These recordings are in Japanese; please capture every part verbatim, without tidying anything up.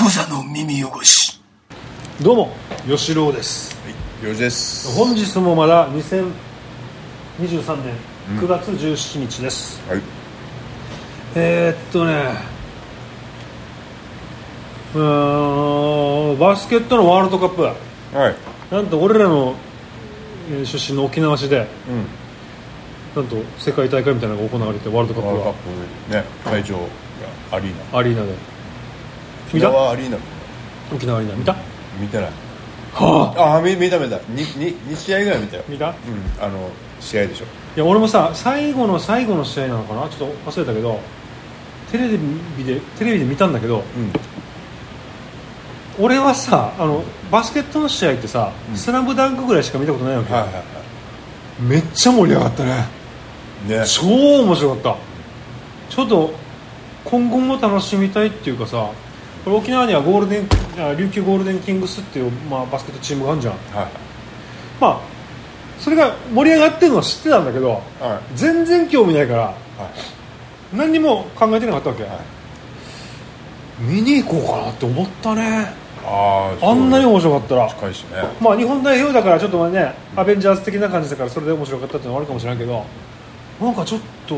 無座の耳汚し。 どうも吉郎です。 はい、よじです。 本日もまだにせんにじゅうさんねんくがつじゅうしちにちです、 うん、はい。 えー、っとねうーんバスケットのワールドカップ、 はい、 なんと俺らの出身の沖縄市で、 うん、 なんと世界大会みたいなのが行われて、ワールドカップがワールドカップね、会場がアリーナアリーナで見た？沖縄アリーナ沖縄アリーナ見た？ 見てない。 はあ、 あ、見見た見た。ににに試合ぐらい見たよ。 見た？ うん、あの試合でしょ。 いや俺もさ、最後の最後の試合なのかな、ちょっと忘れたけど、テレビでテレビで見たんだけど、うん、俺はさ、あのバスケットの試合ってさ、うん、スラムダンクぐらいしか見たことないわけよ、はいはいはい、めっちゃ盛り上がった ね, ね超面白かった。ちょっと今後も楽しみたいっていうかさ、これ沖縄にはゴールデン琉球ゴールデンキングスっていう、まあ、バスケットチームがあるじゃん、はい、まあそれが盛り上がってるのは知ってたんだけど、はい、全然興味ないから、はい、何にも考えてなかったわけ、はい、見に行こうかなって思ったね。 あ, あんなに面白かったら近いしね、 まあ、日本代表だからちょっとね、うん、アベンジャーズ的な感じだからそれで面白かったっていうのはあるかもしれないけど、なんかちょっと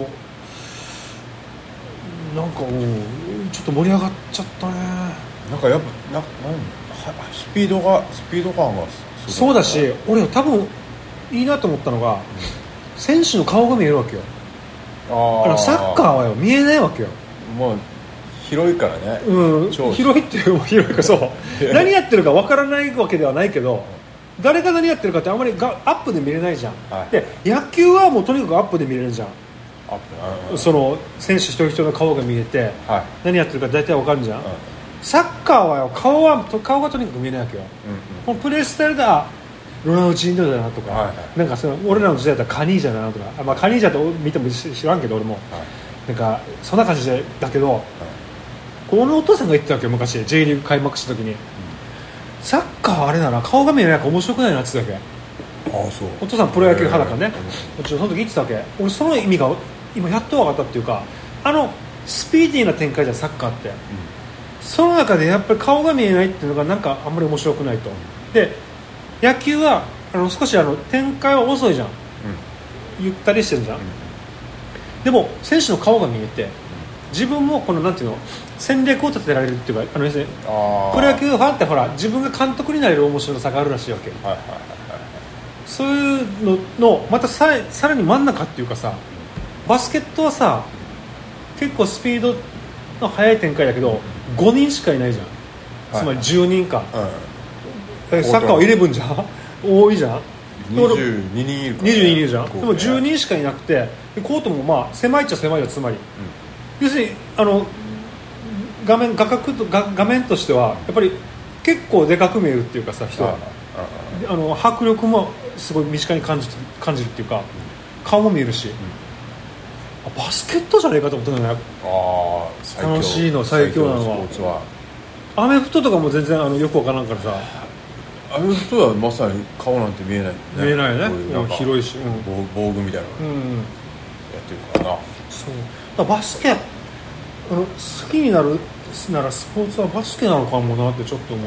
なんかちょっと盛り上がっちゃったね。 なんかやっぱななんスピードがスピード感がすそうだし、俺多分いいなと思ったのが、うん、選手の顔が見えるわけよ。ああサッカーはよ見えないわけよ。 もう広いからね、 うん、広いっていう広いかそう何やってるか分からないわけではないけど、誰が何やってるかってあんまりがアップで見れないじゃん、はい、で野球はもうとにかくアップで見れるじゃん。アップ、その選手一人一人の顔が見えて、はい、何やってるか大体分かるじゃん、うん、サッカーはよ 顔は顔がとにかく見えないわけよ、うんうん、もうプレースタイルであロナウジーニョだなとか、はいはい、なんかその俺らの時代だったらカニージャだなとか、まあ、カニージャと見ても知らんけど俺も、はい、なんかそんな感じでだけど、はい、このお父さんが言ってたわけよ昔 J リーグ開幕した時に、うん、サッカーあれなら顔が見えないから面白くないなって言ってたわけ。ああそう。お父さんプロ野球派だからね、もちろんその時言ってたわけ。俺その意味が今やっと分かったっていうか、あのスピーディーな展開じゃんサッカーって、うん、その中でやっぱり顔が見えないっていうのがなんかあんまり面白くないと。で野球はあの少しあの展開は遅いじゃん、うん、ゆったりしてるじゃん、うん、でも選手の顔が見えて、自分もこのなんていうの戦略を立てられるっていうか、あの要するにプロ野球ファンってほら自分が監督になれる面白さがあるらしいわけ、はいはいはいはい、そういうののまた さ, さらに真ん中っていうかさ、バスケットはさ結構スピードの速い展開だけどごにんしかいないじゃん、はい、つまりじゅうにんか、うん、サッカーはじゅういちじゃん多いじゃん、 にじゅうににんいるから、ね、 にじゅうににんいるじゃん。でもじゅうにんしかいなくてコートもまあ狭いっちゃ狭いよ、つまり、うん、要するにあの画面画角と 画, 画面としてはやっぱり結構でかく見えるっていうかさ、人はあの迫力もすごい身近に感じ感じるっていうか、顔も見えるし、うん、バスケットじゃねえかと思ったんだよね。あ最強楽しいの最強なのはスポーツはアメフトとかも全然あのよくわからんからさ、 アメフトはまさに顔なんて見えない、ね、 見えないね。こういうなんか広いし、うん、 防具みたいなのやってるからな、うん、 そうだバスケあの好きになるならスポーツはバスケなのかもなってちょっと思った。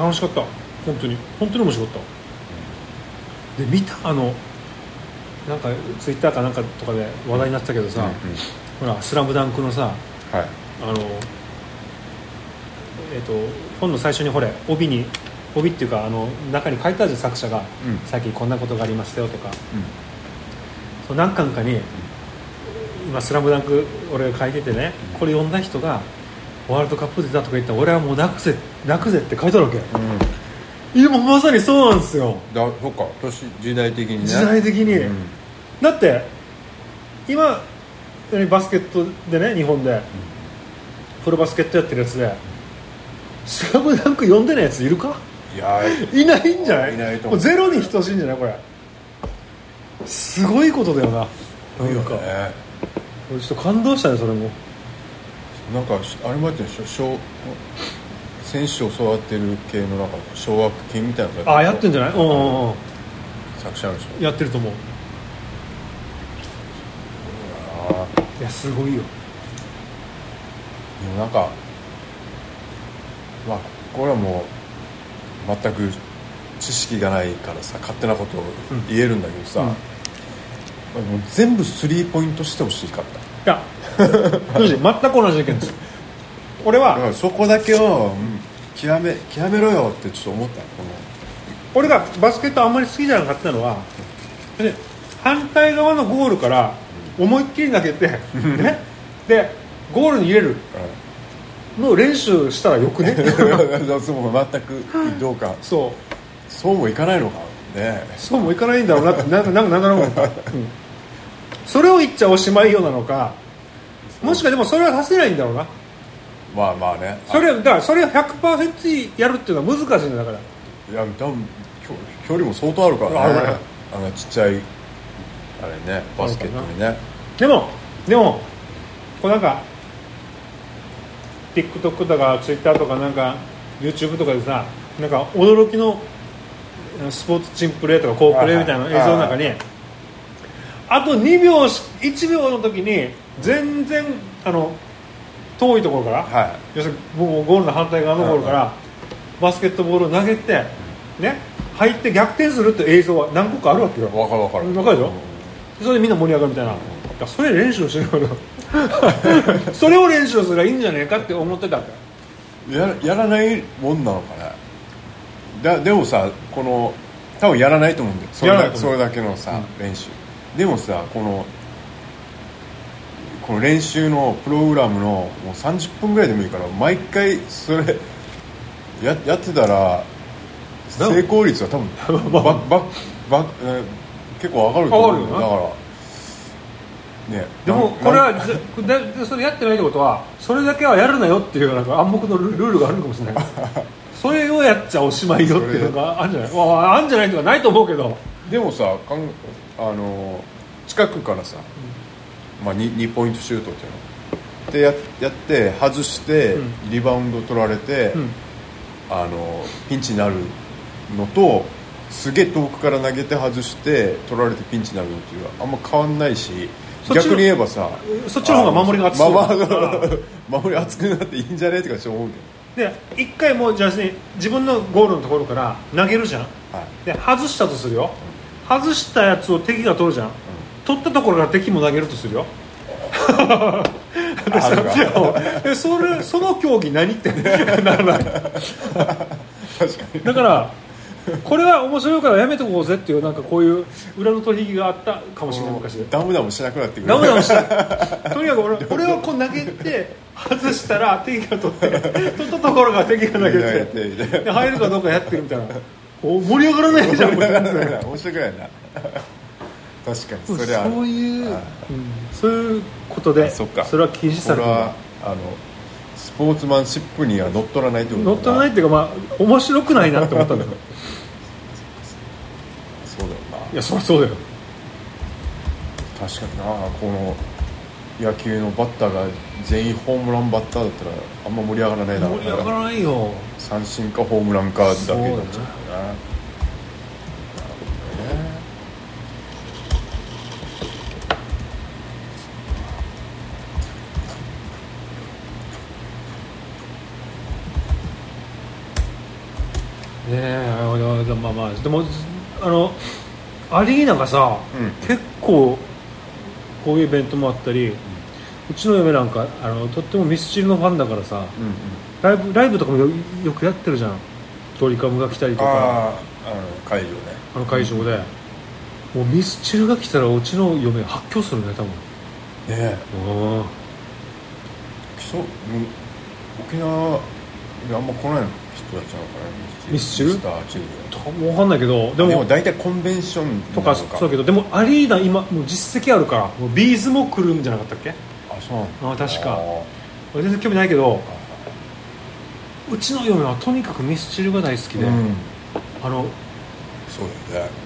楽しかった、本当に本当に面白かった、うん、で見たあのなんかツイッターかなんかとかで話題になってたけどさ、うんうん、ほらスラムダンクのさ、はい、あのえー、と本の最初にほれ帯に帯っていうかあの中に書いてある作者が、うん、最近こんなことがありましたよとか、うん、そう何巻かに今スラムダンク俺が書いててね、うん、これ読んだ人がワールドカップ出たとか言ったら俺はもう泣くぜ泣くぜって書いてあるわけ、うん、今まさにそうなんですよ。 だそっか年時代的にね、 時代的に、うん、だって今バスケットでね日本で、うん、プロバスケットやってるやつでスラムダンク読んでないやついるか？いやいないんじゃない？いないと思う。もうゼロに等しいんじゃないこれ。すごいことだよな。 いいよね。 俺ちょっと感動したねそれも。 なんかあれもやってるでしょ、小選手を育てる系のなんか奨学金みたいなのやってる。あやってんじゃない？うんうんうん。 作者の人やってると思う。いやすごいよ。 もなんかまあこれはもう全く知識がないからさ勝手なことを言えるんだけどさ、うんうん、もう全部スリーポイントしてほしかった。 いや全く同じ意見です。俺はだからそこだけを、うん、極め極めろよってちょっと思った。この俺がバスケットあんまり好きじゃなかったのは、で反対側のゴールから思いっきり投げて、ね、でゴールに入れるの練習したらよくねそう全くどうかそうそうもいかないのかね。 そうもいかないんだろうなってなんかなんかなんだろうな、うん、それを言っちゃおしまいよなのか、もしかでもそれはさせないんだろうな。 まあまあね、 それだからそれを ひゃくパーセント やるっていうのは難しいんだから。 いや多分距離も相当あるからね、あのちっちゃいあれねバスケットにね。 でもでもこうなんか TikTok とか Twitter とかなんか YouTube とかでさ、なんか驚きのスポーツチンプレーとか好プレーみたいな映像の中にあとにびょういちびょうの時に全然あの遠いところから、はい、要するにゴールの反対側のゴールからバスケットボールを投げて、ね、入って逆転するって映像は何個かあるわけよ。 分かる分かる分かるでしょ、うん、それでみんな盛り上がるみたいな、うん、それ練習しろよそれを練習すればいいんじゃねえかって思ってたんだよ。 や, やらないもんなのかね。だでもさこの多分やらないと思うんだよ、それ だ, それだけのさ、うん、練習でもさこのこの練習のプログラムのもうさんじゅっぷんぐらいでもいいから毎回それ や, やってたら成功率は多分バババえ結構上がると思う。だからね、 でもこれはでそれやってないってことはそれだけはやるなよっていうなんか暗黙のルールがあるかもしれないそれをやっちゃおしまいよっていうのがあるんじゃない、まあ、あるんじゃないとかないと思うけど、 でもさかんあの近くからさ、うんまあ、に, にポイントシュートっていうので や, やって外してリバウンド取られて、うん、あのピンチになるのとすげえ遠くから投げて外して取られてピンチになるのっていうのはあんま変わんないし、逆に言えばさそっちの方が守りが厚そう、まあまあ、守り厚くなっていいんじゃねってか思うけど、 で一回もうじゃあ自分のゴールのところから投げるじゃん、はい、で外したとするよ、うん、外したやつを敵が取るじゃん、うん、取ったところから敵も投げるとするよでそれその競技何ってならない確かに。だからこれは面白いからやめとこうぜっていうなんかこういう裏の取引があったかもしれない昔で。 ダムダムしなくなってくる。 ダムダムしなとにかく 俺, 俺はこう投げて外したら敵が取って取ったところが敵が投げてで入るかどうかやってるみたいなお盛り上がらないじゃん。 面白くないな確かにそれはそういう、うん、そういうことで そ, それは禁止されてる。 あのスポーツマンシップには乗っ取らないってことだな。 乗っ取らないっていうか、まあ、面白くないなって思ったんだけどそうだよな。 いやそりゃそうだよ。 確かにな。この野球のバッターが全員ホームランバッターだったらあんま盛り上がらないだろう。 盛り上がらないよ。 三振かホームランかだけになっちゃうからな。 ねえ、まあまあでもあのアリーナがさ、うん、結構こういうイベントもあったり、うん、うちの嫁なんかあのとってもミスチルのファンだからさ、うんうん、ライブライブとかも よ, よくやってるじゃん。ドリカムが来たりとか、 ああの会場ね、 あの会場で、うん、もうミスチルが来たらうちの嫁発狂するね多分。ねえ。ああ。そう沖縄にあんま来ないの。 ミスチル？分かんないけどでも、でも大体コンベンションとかそうだけど、でもアリーナ今もう実績あるからもうビーズも来るんじゃなかったっけ？ あ、そうなんだ。あ、確か。全然興味ないけど、うちの嫁はとにかくミスチルが大好きで、うん、あのそうだよね。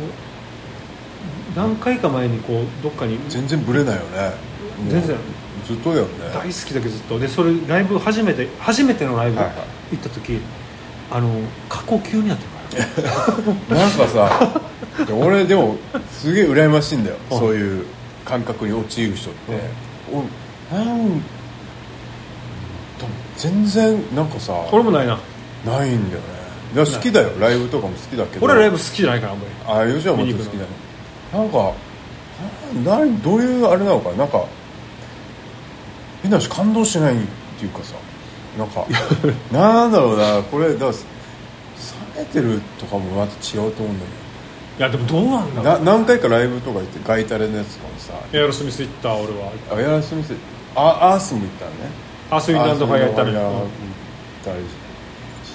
何回か前にこうどっかに全然ブレないよね。 全然ずっとだよね。 大好きだけどずっとで、それライブ初めて初めてのライブ行った時、はいはい、あの過呼吸になってるからなんかさ俺でもすげえ羨ましいんだよそういう感覚に陥る人って、うん、なん全然なんかさ俺もないなないんだよね。だから好きだよ、ライブとかも好きだけど。 俺はライブ好きじゃないからあんまり。 ああ、吉はもっと好きだね。なんかなどういうあれなのかな、なんか変な話感動しないっていうかさ、なんかなんだろうな、これだから冷めてるとかもまた違うと思うんだけど。 いやでもどうなんだろう。 な何回かライブとか行ってガイタレのやつとかもさ、 エアロスミス行った俺は。 エアロスミス、あアースも行ったのね。 アースウィンドアンドファイア行ったり行ったりして、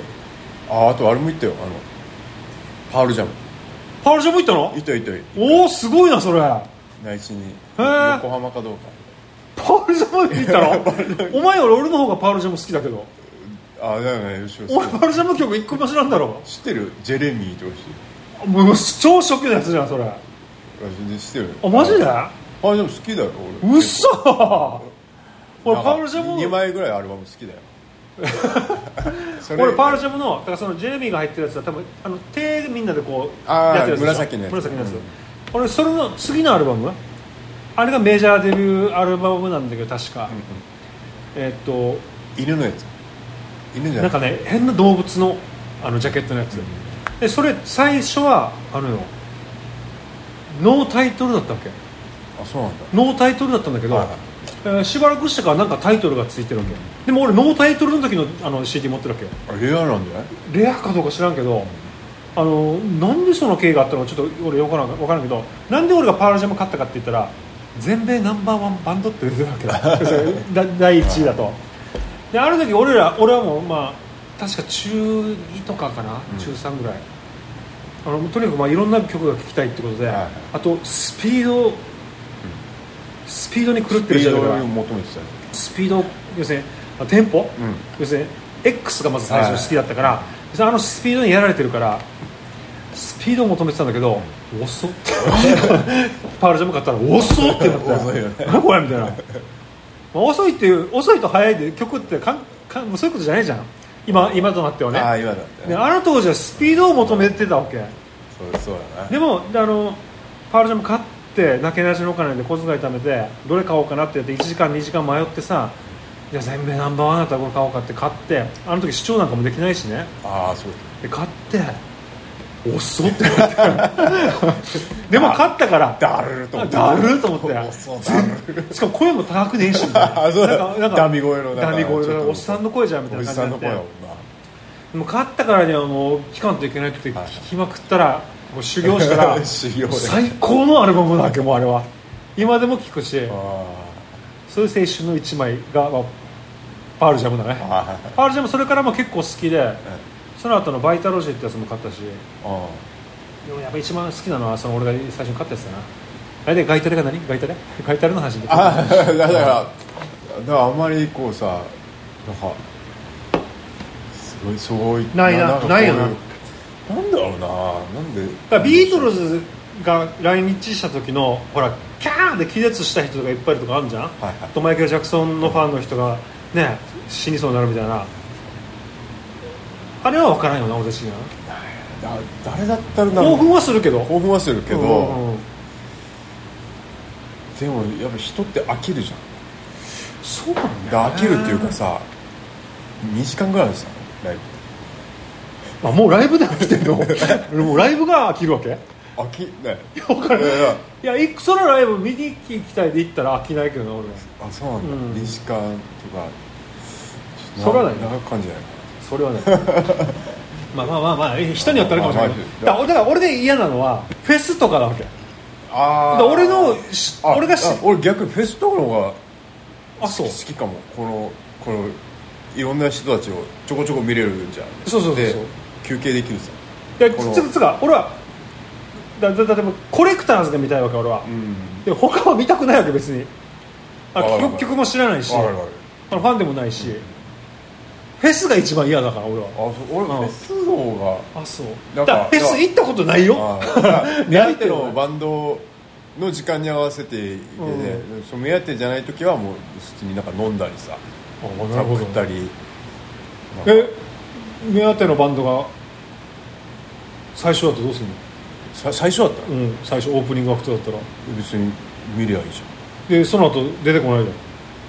ああとあれも行ったよ、あのパールジャム。 パールジャム行ったの？ 行った行った行った。 おおすごいなそれ。 内地に横浜かどうか。 パールジャム行ったの？お前より俺の方がパールジャム好きだけど。 ああだよね、よしよし。 俺パールジャム曲一個も知らんだろ。 知ってる？ジェレミーとか知ってる？ もう超初期のやつじゃんそれ。あ知ってる？ マジで？ パールジャム好きだよ俺。うっそ。俺パールジャムにまいぐらいアルバム好きだよ。 俺パールジャムのだからそのジェレミーが入ってるやつは多分あの手でみんなでこうあやってるやつ紫のやつ。 紫のやつ、うん、俺それの次のアルバムあれがメジャーデビューアルバムなんだけど確か、うんうん、えー、っと犬のやつ犬じゃないなんかね変な動物のあのジャケットのやつ、うん、でそれ最初はあのよノータイトルだったわけ。 あそうなんだ。 ノータイトルだったんだけど、はいはい、えー、しばらくしてからなんかタイトルがついてるわけ。でも俺ノータイトルの時の、あの シーディー 持ってるわけよ。 あレアなんじゃない？ レアかどうか知らんけど、あのなんでその経緯があったのかちょっと俺分からん、分からんけど、なんで俺がパールジャム買ったかって言ったら全米ナンバーワンバンドって出てるわけだだいいちいだと。である時俺ら俺はもうまあ確か中にとかかな、うん、中さんぐらいあのとにかくまあいろんな曲が聴きたいってことで、はい、あとスピード、うん、スピードに狂ってる人だからスピード要するにテンポ、うん、要するに X がまず最初好きだったから、はい、あのスピードにやられてるからスピードを求めてたんだけど、うん、遅っってパールジャム買ったら遅っってなって遅いよね何これみたいな、まあ、遅いっていう遅いと速いで曲ってかんかんそういうことじゃないじゃん 今, 今となってはね。 あ, 今だってね。 あの当時はスピードを求めてたわけ。 そうそうだな。 でもあのパールジャム買ってなけなしのお金で小遣い貯めてどれ買おうかなってやっていちじかんにじかん迷ってさ、じゃあ全米ナンバーワンだったらこれ買おうかって買って、あの時視聴なんかもできないしね。 ああそうで買って遅ってなってでも勝ったからだると思ってだると思ってしかも声も高くねえしあそうだなんかダミ声のダミ声のおっさんの声じゃんみたいな感じになってでも勝ったからにはもう聞かんといけないって聞きまくったらもう修行したら最高のアルバムだわけもうあれは今でも聞くしそういう青春の一枚が、まあ、パールジャムだねパールジャムそれからも結構好きでその後のバイタロジーってやつも買ったし、あでもやっぱ一番好きなのはその俺が最初に買ったやつだな。あれでガイタレが何？ガイタレ？ガイタレの話で。 あだからだからあんまりこうさなんかすごいそういないなないよな。 なんだろうななんで。 だからビートルズが来日した時のほらキャーで気絶した人がいっぱいいるとかあるじゃん。はいはい、とマイケル・ジャクソンのファンの人がね死にそうになるみたいな。あれは分からんよな俺たちが誰だったら興奮はするけど興奮はするけど、うんうん、でもやっぱ人って飽きるじゃん。 そうなんだよね。 飽きるっていうかさにじかんぐらいですよライブ。あもうライブで飽きてんのもうライブが飽きるわけ飽きないいや分かるいやいやそのライブ見に行きたいで行ったら飽きないけどな俺あそうなんだ、うん、にじかんとかそれはない長く感じないそれはねまあまあまあまあ人によってあるかもしれないけどだから俺で嫌なのはフェスとかだわけ。あだ俺の俺がし俺逆にフェスとかの方があそう好きかも。このこのいろんな人たちをちょこちょこ見れるじゃん。 そうそうそうそうで休憩できるさ。 でつつか俺はだだだでもコレクターズが見たいわけ俺は、うん、で他は見たくないわけ別にあ曲, 曲も知らないしあのファンでもないし、うんフェスが一番嫌だから俺は。 あ俺フェスの方があそうだからフェス行ったことないよ。 目当てのバンドの時間に合わせていて、ねうん、その目当てじゃない時はもう普通になんか飲んだりさ食ったり。 え目当てのバンドが最初だとどうするの？ さ最初だったら、 うん、最初オープニングアクトだったら別に見りゃいいじゃん。 でその後出てこないじゃん。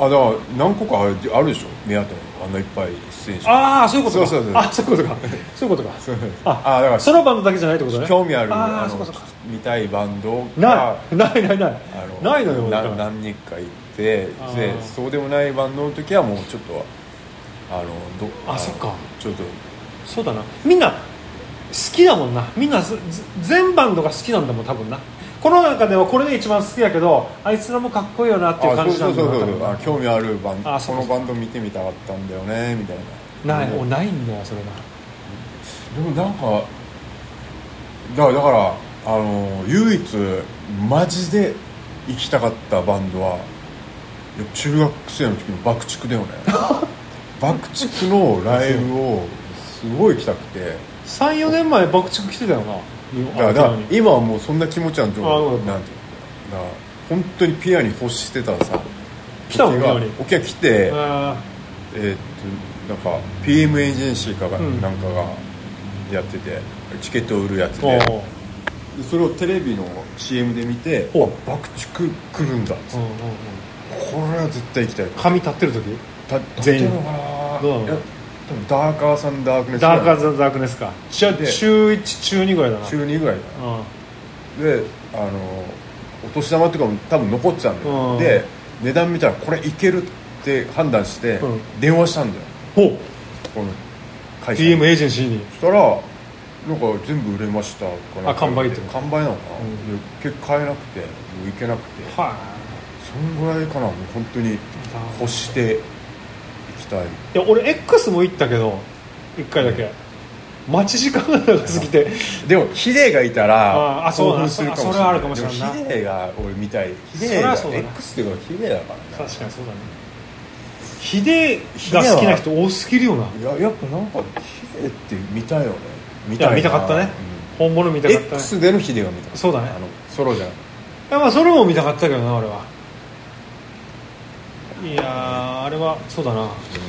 あだから何個かあるでしょ宮田あんないっぱい出演者。 ああそういうことか。 そうそうそうあそういうことかそういうことかああだからそのバンドだけじゃないってことね。 興味あるああの見たいバンドがないないないないあのないのよな何人か行ってでそうでもないバンドの時はもうちょっとあのどあそっかちょっとそうだなみんな好きだもんなみんな全バンドが好きなんだもん多分な。この中ではこれが一番好きだけどあいつらもかっこいいよなっていう感じなんだそうそうそうそうあ興味あるバンドあそうそうこのバンド見てみたかったんだよねみたいなないもうないんだよそれが。 でもなんかだからだからあの唯一マジで行きたかったバンドは中学生の時の爆竹だよね爆竹のライブをすごい行きたくて さん,よ 年前爆竹来てたよな。だから今はもうそんな気持ちなんていうのなんていうの本当にピアに欲してたらさ来たのピアにお客来てえー、っとなんか ピーエム エージェンシーかが、うん、なんかがやっててチケットを売るやつでそれをテレビの シーエム で見てあ爆竹来るんだっつってこれは絶対行きたい。 髪立ってる時全員どうなのダーカーさんダークネスダーカーさんダークネスか中いち中にぐらいだな中にぐらいだな、うん、であのお年玉とかも多分残ってたんだよ、うん、で値段見たらこれいけるって判断して電話したんだよ、 うん、 この会社ピーエム エージェンシーにそしたらなんか全部売れましたかなあ完売って完売なのかな、うん、結局買えなくてもういけなくてはいそんぐらいかなもう本当に欲していや俺 X も行ったけどいっかいだけ待ち時間が長すぎてでもヒデがいたらあ興奮するかもしれない。それはあるかもしれないな。 ヒデが俺見たいヒデが X っていうかヒデだからね。 確かにそうだね。ヒデが好きな人多すぎるよな。 いややっぱなんかヒデって見たいよね。 見たいな。見たかったね、うん、本物見たかったね。 X でのヒデが見たかった。 そうだね。 あのソロじゃなくていやまあそれも見たかったけどな俺は。いやあれはそうだな、うん、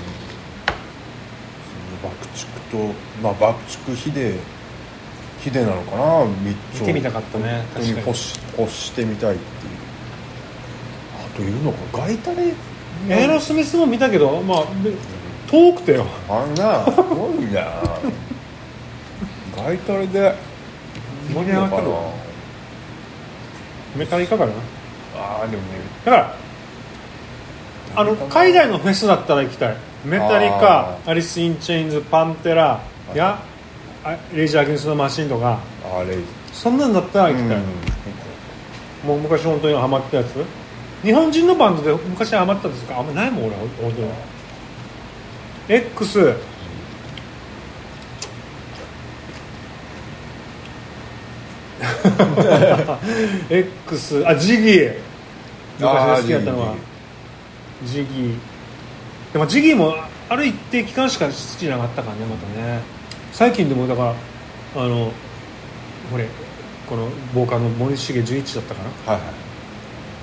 爆竹と、まあ、爆竹ヒデヒデなのかな見てみたかったね。 確かに欲し、欲してみたいっていう。あといるのかガイタレエアロスミスも見たけどまあ遠くてよあんなすごいんだよガイタレで盛り上がったのメタリカかなあでもねだからあの海外のフェスだったら行きたい。メタリカ、アリス・イン・チェインズ、パンテラやレイジ・アゲンスト・マシンとかあレイジそんなんだったら行きたい、うん、もう昔本当にハマったやつ日本人のバンドで昔ハマったんですかあんまないもん俺本当に X X あジギー昔好きだったのはジギーでもジギーもある一定期間しか好きじゃなかったからねまたね最近でもだからあのこれこのボーカルの森重純一だったかな、はいはい、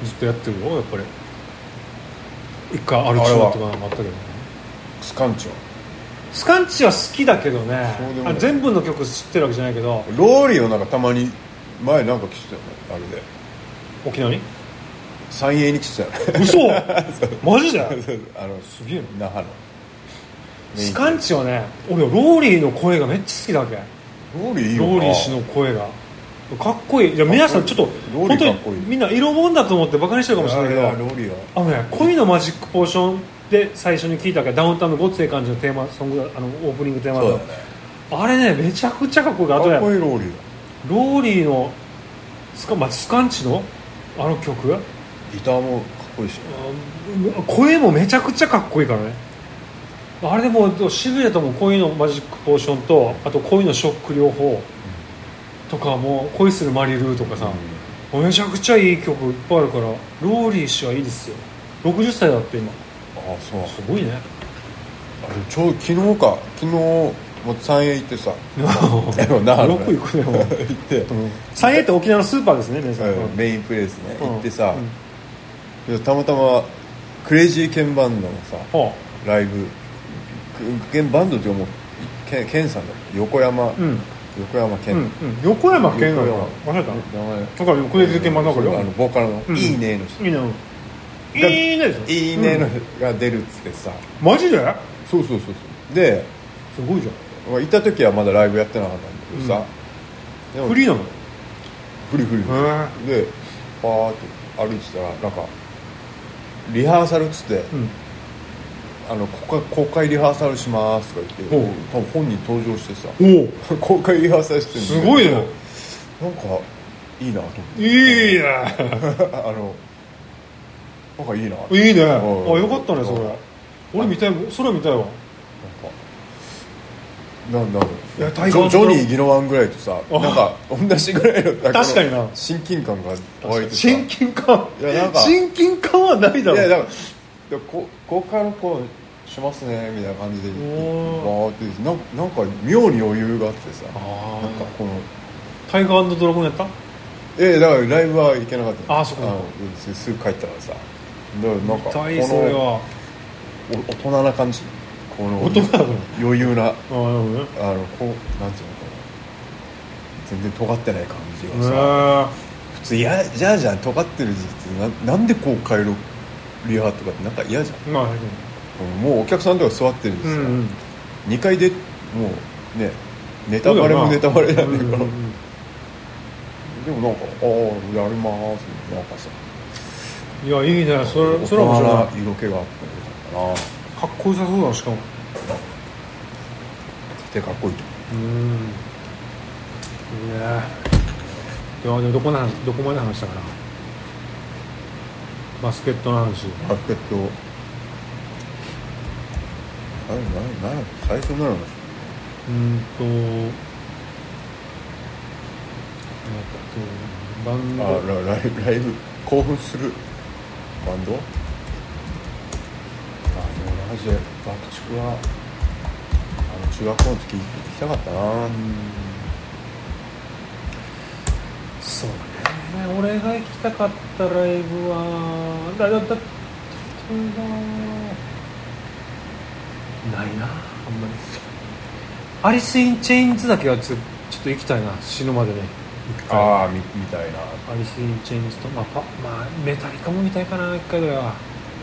ずっとやってるよやっぱり一回アルチューとかもあったけどねスカンチはスカンチは好きだけどねあ全部の曲知ってるわけじゃないけどローリーをなんかたまに前なんか来てたよねあれで沖縄に三栄に来てたよね嘘マジであのすげえ那覇のスカンチはね俺ローリーの声がめっちゃ好きだわけローリーいいよなローリー氏の声がかっこいいいや皆さんちょっと本当にみんな色もんだと思ってバカにしてるかもしれないけどローリーはあのね恋のマジックポーションで最初に聞いたからダウンタウンのごっつええ感じのテーマソングあのオープニングテーマだ、ね、あれねめちゃくちゃかっこいいからかっこいいローリーローリーのスカ、まあ、スカンチのあの曲ギターもかっこいいし、ね、 声もめちゃくちゃかっこいいからねあれでもうしびれたもん恋のマジックポーションとあと恋のショック両方とかも恋するマリルーとかさ、うん、めちゃくちゃいい曲いっぱいあるからローリー氏はいいですよろくじゅっさいだって今ああそうすごいねあれちょう昨日か昨日もう三栄行ってさよく行くねもう行って、うん、三栄って沖縄のスーパーですね皆さん、 うん、メインプレイスね、うん、行ってさ、うん、たまたまクレイジーケンバンドのさ、はあ、ライブケンバンドっていうかもうケン、ケンさんだ横山、うん、横山健、うんうん、 横山健なのか忘れた名前だからクレイジーケンバンドだからあのボーカルの、うん、いいねの人いいねいいねでしょ。 いいねのが出るっつってさ、 うん、マジで？ そうそうそうそうですごいじゃん。 行った時はまだライブやってなかったんだけどさ、 うん、でもフリーなの？ フリーフリーでパーって歩いてたらなんかリハーサルっつって、うん、あの公開、公開リハーサルしますとか言って多分本人登場してさ公開リハーサルしてるんすごいね。 なんかいいなと思って。 いいねあのなんかいいな。 いいね。あ、よかったねそれ。俺見たい、それ見たいわ。 なんかなんだろう。いやジョジョニー・ギノワンぐらいとさ、なんか同じぐらいの確かにな親近感が湧いてさ。 親近感。 いやなんか親近感はないだろ。 いやだからこ公開の子しますねみたいな感じでバーってな、なんか妙に余裕があってさ、なんかこのタイガー&ドラゴンやった？ ええだからライブは行けなかった。 ああそこ。 すぐ帰ったからさ。だからなんかこのそれは大人な感じ。この大人なの余裕なあ、 ね、あのこうなんていうのかな全然尖ってない感じがさ、普通嫌じゃあじゃん尖ってる時期な、なんでこう帰るリハとかってなんか嫌じゃん、まあ、もうお客さんとか座ってるんですよ、うんうん、にかいでもうねネタバレもネタバレなんだけど、うんうんうん、でもなんかああやりますなんかさ、 いやいいねそれそれは面白い色気があってよかったな。 かっこよさそうだしかもでかっこいいとうんいやいやでもどこなどこまで話したかな。バスケットの話。 バスケットあれ何何最初の話うんとバンドあ ラ, ラ, イブライブ興奮するバンドマジで爆竹はあの中学校の時行きたかったな。うんそうね俺が行きたかったライブはだだだないなあんまり。アリス・イン・チェインズだけはちょっと行きたいな死ぬまでね。 ああ 見, 見たいな。 アリス・イン・チェインズと、まあパまあ、メタリカも見たいかな一回ぐらいは。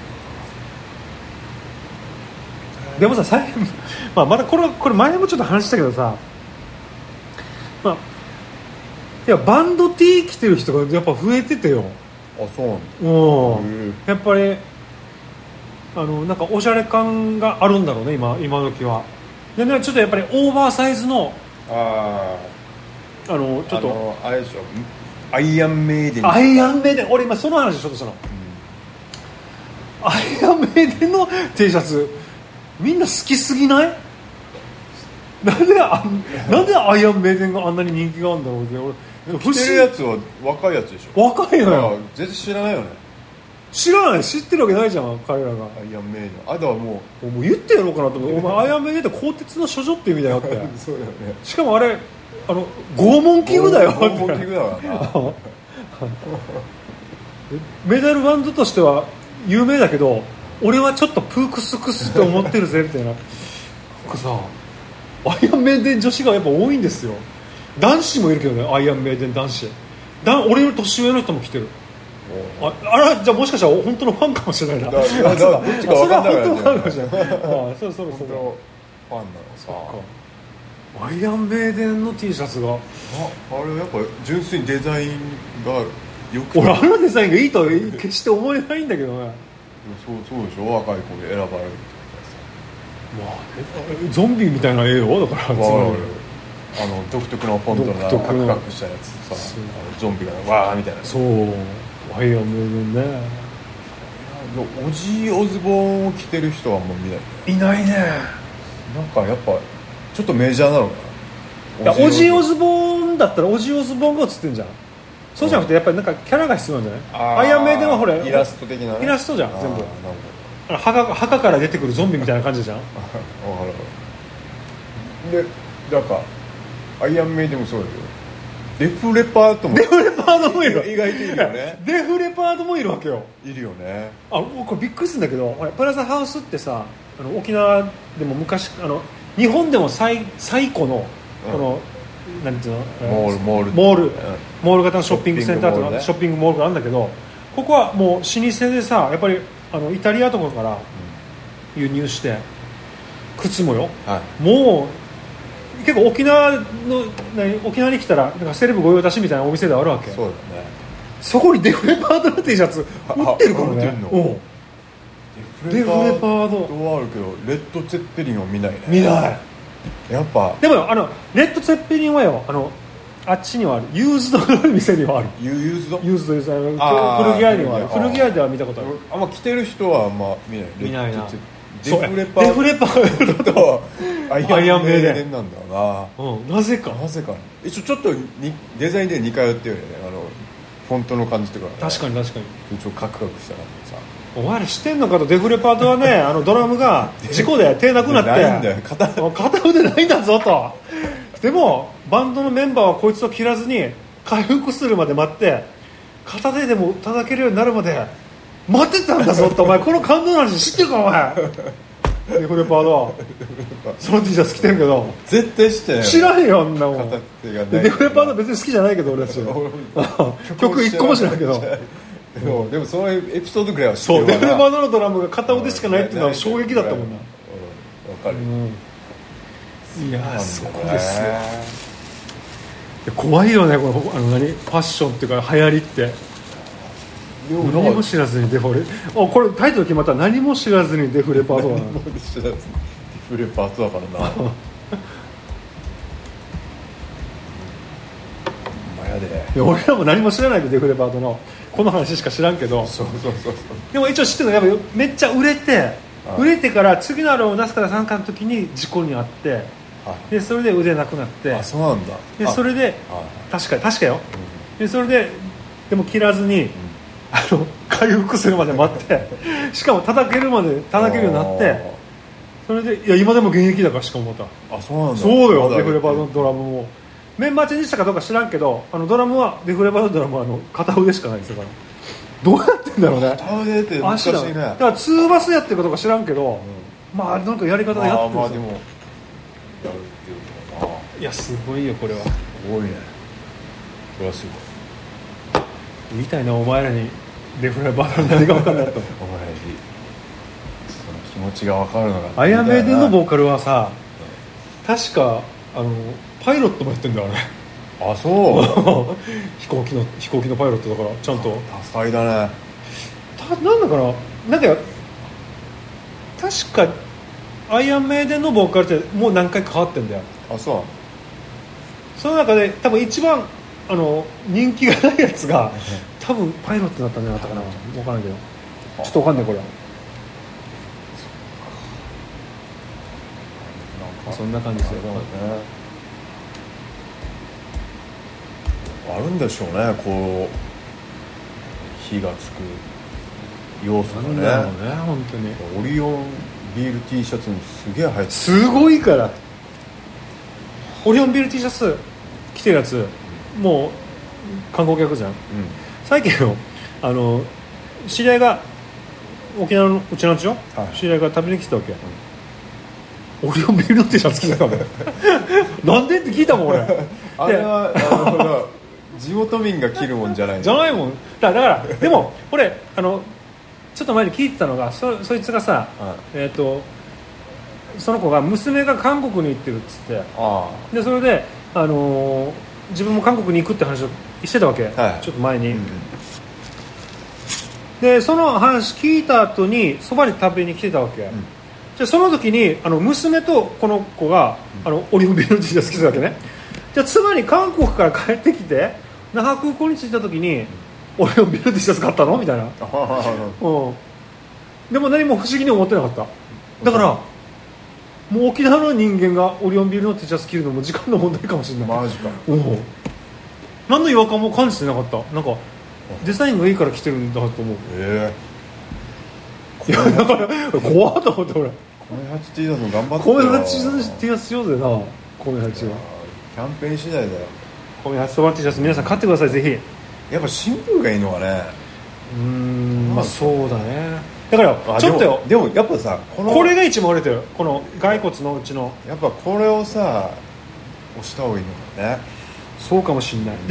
でもさ最近、まあ、まだこれこれ前もちょっと話したけどさ、まあ、いやバンド T 着てる人がやっぱ増えててよ。 あそうなんだ。 うんやっぱりあのなんかおしゃれ感があるんだろうね今今時は。でねちょっとやっぱりオーバーサイズのああのちょっと あ, のあれでしょアイアンメイデン。 アイアンメイデン俺今その話ちょっとしたの、うん、アイアンメイデンの T シャツみんな好きすぎない？なんであなんでアイアンメイデンがあんなに人気があるんだろうって俺着てるやつは若いやつでしょ。 若いのよ。 全然知らないよね。 知らない知ってるわけないじゃん彼らが。 アイアンメイデンあとはもうもう言ってやろうかなと思ってお前アイアンメイデンって鋼鉄の処女っていう意味だよってそうだよね。 しかもあれあの拷問器具だよって拷問器具だからなメダルバンドとしては有名だけど俺はちょっとプークスクスって思ってるぜみたいななんかさアイアンメイデン女子がやっぱ多いんですよ。男子もいるけどねアイアンメイデン男子だ俺より年上の人も来てる。ああらじゃあもしかしたら本当のファンかもしれないな。 だだだどっちか分かんないからね。それは本当のファンかもしれない。 ああそうそうそうファンなのさ。 アイアンメイデンの T シャツが あ, あれやっぱ純粋にデザインがよく俺あのデザインがいいとは決して思えないんだけどね。 そうそうでしょ若い子で選ばれるってまあ、ゾンビみたいな絵よだからつまりあの独特のフォントのカクカクしたやつさゾンビがわーみたいな。 そうアイアンメイデンね。 オジー・オズボーンを着てる人はあんま見ない、ね、 いないね。 なんかやっぱちょっとメジャーなのかな。いやオジー・オズボーンだったらオジー・オズボーンが写ってんじゃん。そうじゃなくてやっぱりなんかキャラが必要なんじゃない。アイアンメイデンはほらイラスト的な、ね、 イラストじゃん全部。墓, 墓から出てくるゾンビみたいな感じじゃんでなんかアイアンメイデンもそうだけどデフレパートもデフレパートもいる。 意外といるよね。 デフレパートもいるわけよ。 いるよね。 あこれびっくりするんだけどプラザハウスってさあの沖縄でも昔あの日本でも 最, 最古のこの、うん、なんていうのモールモールモール、うん、モール型のショッピングセンターとかショッピングモールがあるんだけどここはもう老舗でさ、やっぱりあのイタリアとかから輸入して、うん、靴もよ、はい、もう結構沖縄の沖縄に来たらなんかセレブ御用達みたいなお店であるわけ。 そうだね。 そこにデフレパードの T シャツ売ってるからね。デフレパードはあるけどレッド・ツェッペリンを見ないね。 見ない。 やっぱでもよ、あのレッド・ツェッペリンはよ、あのあっちにはある、ユーズドの店にはある。 ユーズドユーズドです。古着屋にはある。古着屋では見たことある。 あんま着てる人はあんま見ない。 見ないな。 デフレパーデフレパードとアイアンメイデンなんだよな。 うん、なぜかなぜか一応ちょっとにデザインで似通ってるよね。あのフォントの感じとか、ね、 確かに確かに一応カクカクした感じさ。 お前ら知ってんのかと。デフレパードはねあのドラムが事故で手なくなってないんだよ。 片, 片腕ないんだぞと。でもバンドのメンバーはこいつを切らずに回復するまで待って片手でも叩けるようになるまで待ってたんだぞって。お前この感動の話知ってるかお前。デフレパードその T シャツ着てるけど絶対知ってないよ。 知らんよあんなもん。 片手がない。 デフレパード別に好きじゃないけど俺たち曲一個も知らんけどでも、でもそのエピソードぐらいは知ってるわな。 そう、デフレパードのドラムが片腕しかないっていうのは衝撃だったもんな。 わかる、 うん、いやそこですよ。怖いよねこのあの何ファッションっていうか流行りって。何も知らずにデフレ、あこれタイトル決まったら何も知らずにデフレパートだな。 何も知らずにデフレパートだからな。マヤで。 いや俺らも何も知らないでデフレパートのこの話しか知らんけど。 そうそうそうそう。 でも一応知ってるのやっぱめっちゃ売れて、売れてから次のアルバムを出すから参加の時に事故に遭って、でそれで腕なくなって。 あそうなんだ。 でそれで確か確かよ。うん、でそれででも切らずに。うんあの回復するまで待ってしかも叩けるまで叩けるようになって、それでいや今でも現役だから。しかもまたあそうなんだ。 そうよ。デフレパードのドラムもメンバーチェンジしたかどうか知らんけど、あのドラムはデフレパードのドラムはあの片腕しかないですから。どうやってんだろうね。 片腕って難しいね。 だからツーバスやってるかどうか知らんけど、うん、まあなんかやり方でやってるんですよ。まあでもやるっていうのかな。いやすごいよこれは。すごいね。これはすごい。 みたいなお前らにデフレパードの何が分かんないと。お前その気持ちが分かるのが。 アイアンメイデンのボーカルはさ、確かあのパイロットもやってんだよね。 あそう飛行機の飛行機のパイロットだからちゃんと多彩だね。 たなんだかな、なんか確かアイアンメイデンのボーカルってもう何回か変わってんだよ。 あそう。 その中で多分一番あの人気がないやつが多分パイロットだったんじゃなかったかな。分からんけどちょっと分かんないこれは。そんな感じですよ。 あるんでしょうねこう火がつく要素がね。 なんだろうね本当に。 オリオンビール T シャツにすげえ入ってすごいから。オリオンビール T シャツ着てるやつもう観光客じゃん、うん、最近のあの知り合いが沖縄のうちのうちよ、はい、知り合いが旅に来てたわけ、うん、オリオンビールの T シャツ着てたもんなんでって聞いたもん俺あれはあの地元民が着るもんじゃないじゃないもんだから。でも俺あのちょっと前に聞いてたのが そ, そいつがさ、はい、えーとその子が娘が韓国に行ってるっつって、あでそれで、あのー、自分も韓国に行くって話をしてたわけ、はい、ちょっと前に、うん、でその話聞いた後にそばに食べに来てたわけ、うん、じゃその時にあの娘とこの子が、うん、あのオリオンビールの T シャツ着てたわけね。じゃ妻に韓国から帰ってきて那覇空港に着いた時に、うん、オリオンビールの T シャツ買ったのみたいな、うん、でも何も不思議に思ってなかった。だからもう沖縄の人間がオリオンビールの T シャツ着るのも時間の問題かもしれない。 マジか。 おお。何の違和感も感じてなかった。なんかデザインがいいから着てるんだと思う。ええー。いやだから怖っと思って俺。 米八 T シャツも頑張って。 米八 T シャツしようぜな。米八は。 キャンペーン次第だよ。 米八そば T シャツ皆さん買ってくださいぜひ。 やっぱシンプルがいいのがね。 うーんまあそうだね。だからちょっとよでもやっぱさこ, のこれが一番売れてるこの骸骨のうちのやっぱこれをさ押した方がいいのかね。 そうかもしんない。で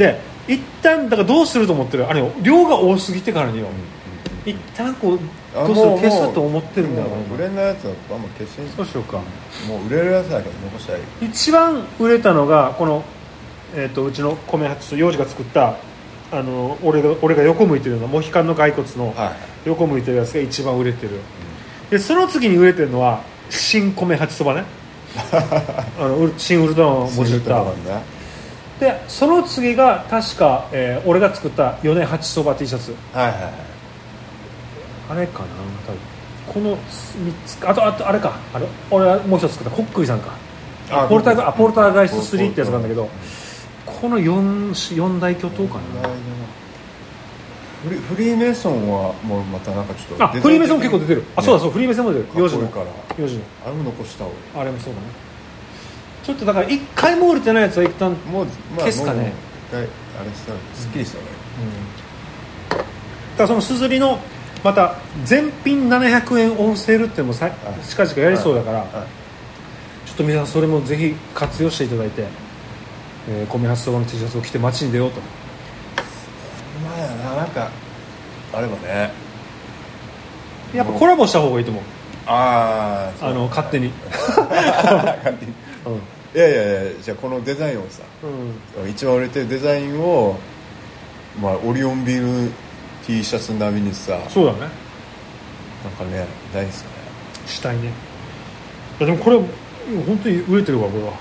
一旦だからどうすると思ってるあれよ量が多すぎてからによ、うんうんうん、一旦こうどうする消すと思ってるんだよ。 売れないやつはあんま消しそうしようか。 もう売れるやつだけ残したらいい。 一番売れたのがこの、えー、とうちの米八と幼児が作ったあの 俺, が俺が横向いてるようなモヒカンの骸骨の横向いてるやつが一番売れてる、はい、でその次に売れてるのは新米八そばねあの新ウルトラマンをもじった、ね、でその次が確か、えー、俺が作った米八そば T シャツ、 はいはいはい、 あれかな多分このみっつあとあとあれかあれ俺はもう一つ作ったコックリさんかあポルター、ポルターガイストスリーってやつなんだけど、この 4, 四大巨頭かな。 フリ, フリーメイソンはもうまたなんかちょっとあフリーメイソン結構出てる、ね、あそうだそうフリーメイソンも出てるよじのからよじのあれも残した方があれもそうだね。ちょっとだから一回も売れてないやつは一旦もう、まあ、 消すかね。 一回あれしたらすっきりしたね、 うんうん、だからそのすずりのまた全品ななひゃくえんオフセールっていうのもさ近々やりそうだから、はいはいはい、ちょっと皆さんそれもぜひ活用していただいて、えー、米八そばの T シャツを着て街に出ようと。 まあやな、なんかあればねやっぱコラボした方がいいと思う。 ああ、 あの勝手に勝手に、うん、いやいやいや、じゃあこのデザインをさ、うん、一番売れてるデザインを、まあ、オリオンビール T シャツ並みにさ、 そうだね、 なんかね、大好きね、 したいね。いやでもこれ本当に売れてるわこれはね、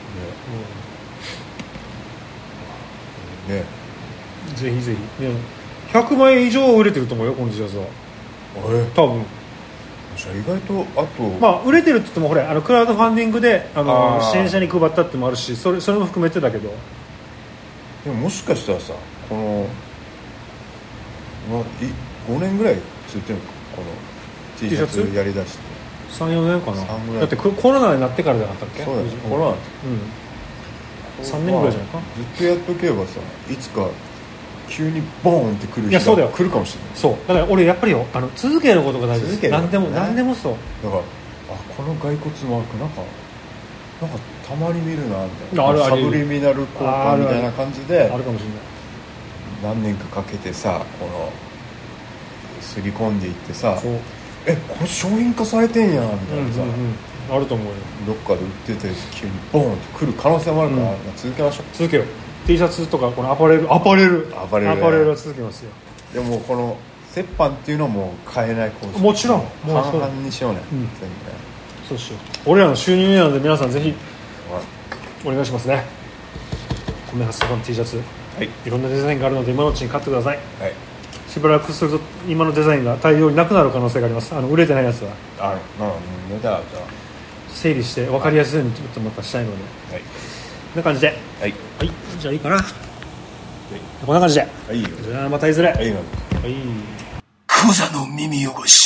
うん、ね、ぜひぜひ、ね、ひゃくまんえん以上売れてると思うよこの T シャツは。 え多分じゃあ意外とあとまあ売れてるって言ってもほらあのクラウドファンディングであの支援者に配ったってのもあるし、それそれも含めてだけど、 でももしかしたらさこの、まあ、ごねんぐらいついてるのかこの T シャツやりだしてさんよねんかな。だってコロナになってからじゃなかったっけ。 そうだよ、コロナ、 うん、さんねんぐらいじゃないか、 まあ、ずっとやっとけばさいつか急にボーンってくる日が来るかもしれない。 そうだから俺やっぱりよあの続けることが大事です。何でも何でもそうだから、あこの骸骨マークなんかなんかたまに見るなみたいな、あるあるサブリミナル効果みたいな感じであるかもしれない。 何年かかけてさこのすり込んでいってさ、えこれ商品化されてんやみたいなさ、うんうんうん、あると思うよ。 どっかで売ってて急にボーンって来る可能性もあるから、うん、続けましょう。 続けよう。T シャツとかこのアパレルアパレルアパレル、 アパレルは続けますよ。 でもこの折半っていうのも変えないコース、 もちろん半々にしようね、うん、全部ね。 そうしよう。俺らの収入なので皆さんぜひお願いしますね。米八そばの T シャツ、はい、いろんなデザインがあるので今のうちに買ってください、はい、しばらくすると今のデザインが大量になくなる可能性があります。あの売れてないやつはある、まあ、無駄だじゃあ整理して分かりやすいようにちょっとまたしたいので、はい、こんな感じで、はい、はい、じゃあいいかな、はい、こんな感じで、はい、じゃあまたいずれ、はい、はい、 クザの耳汚し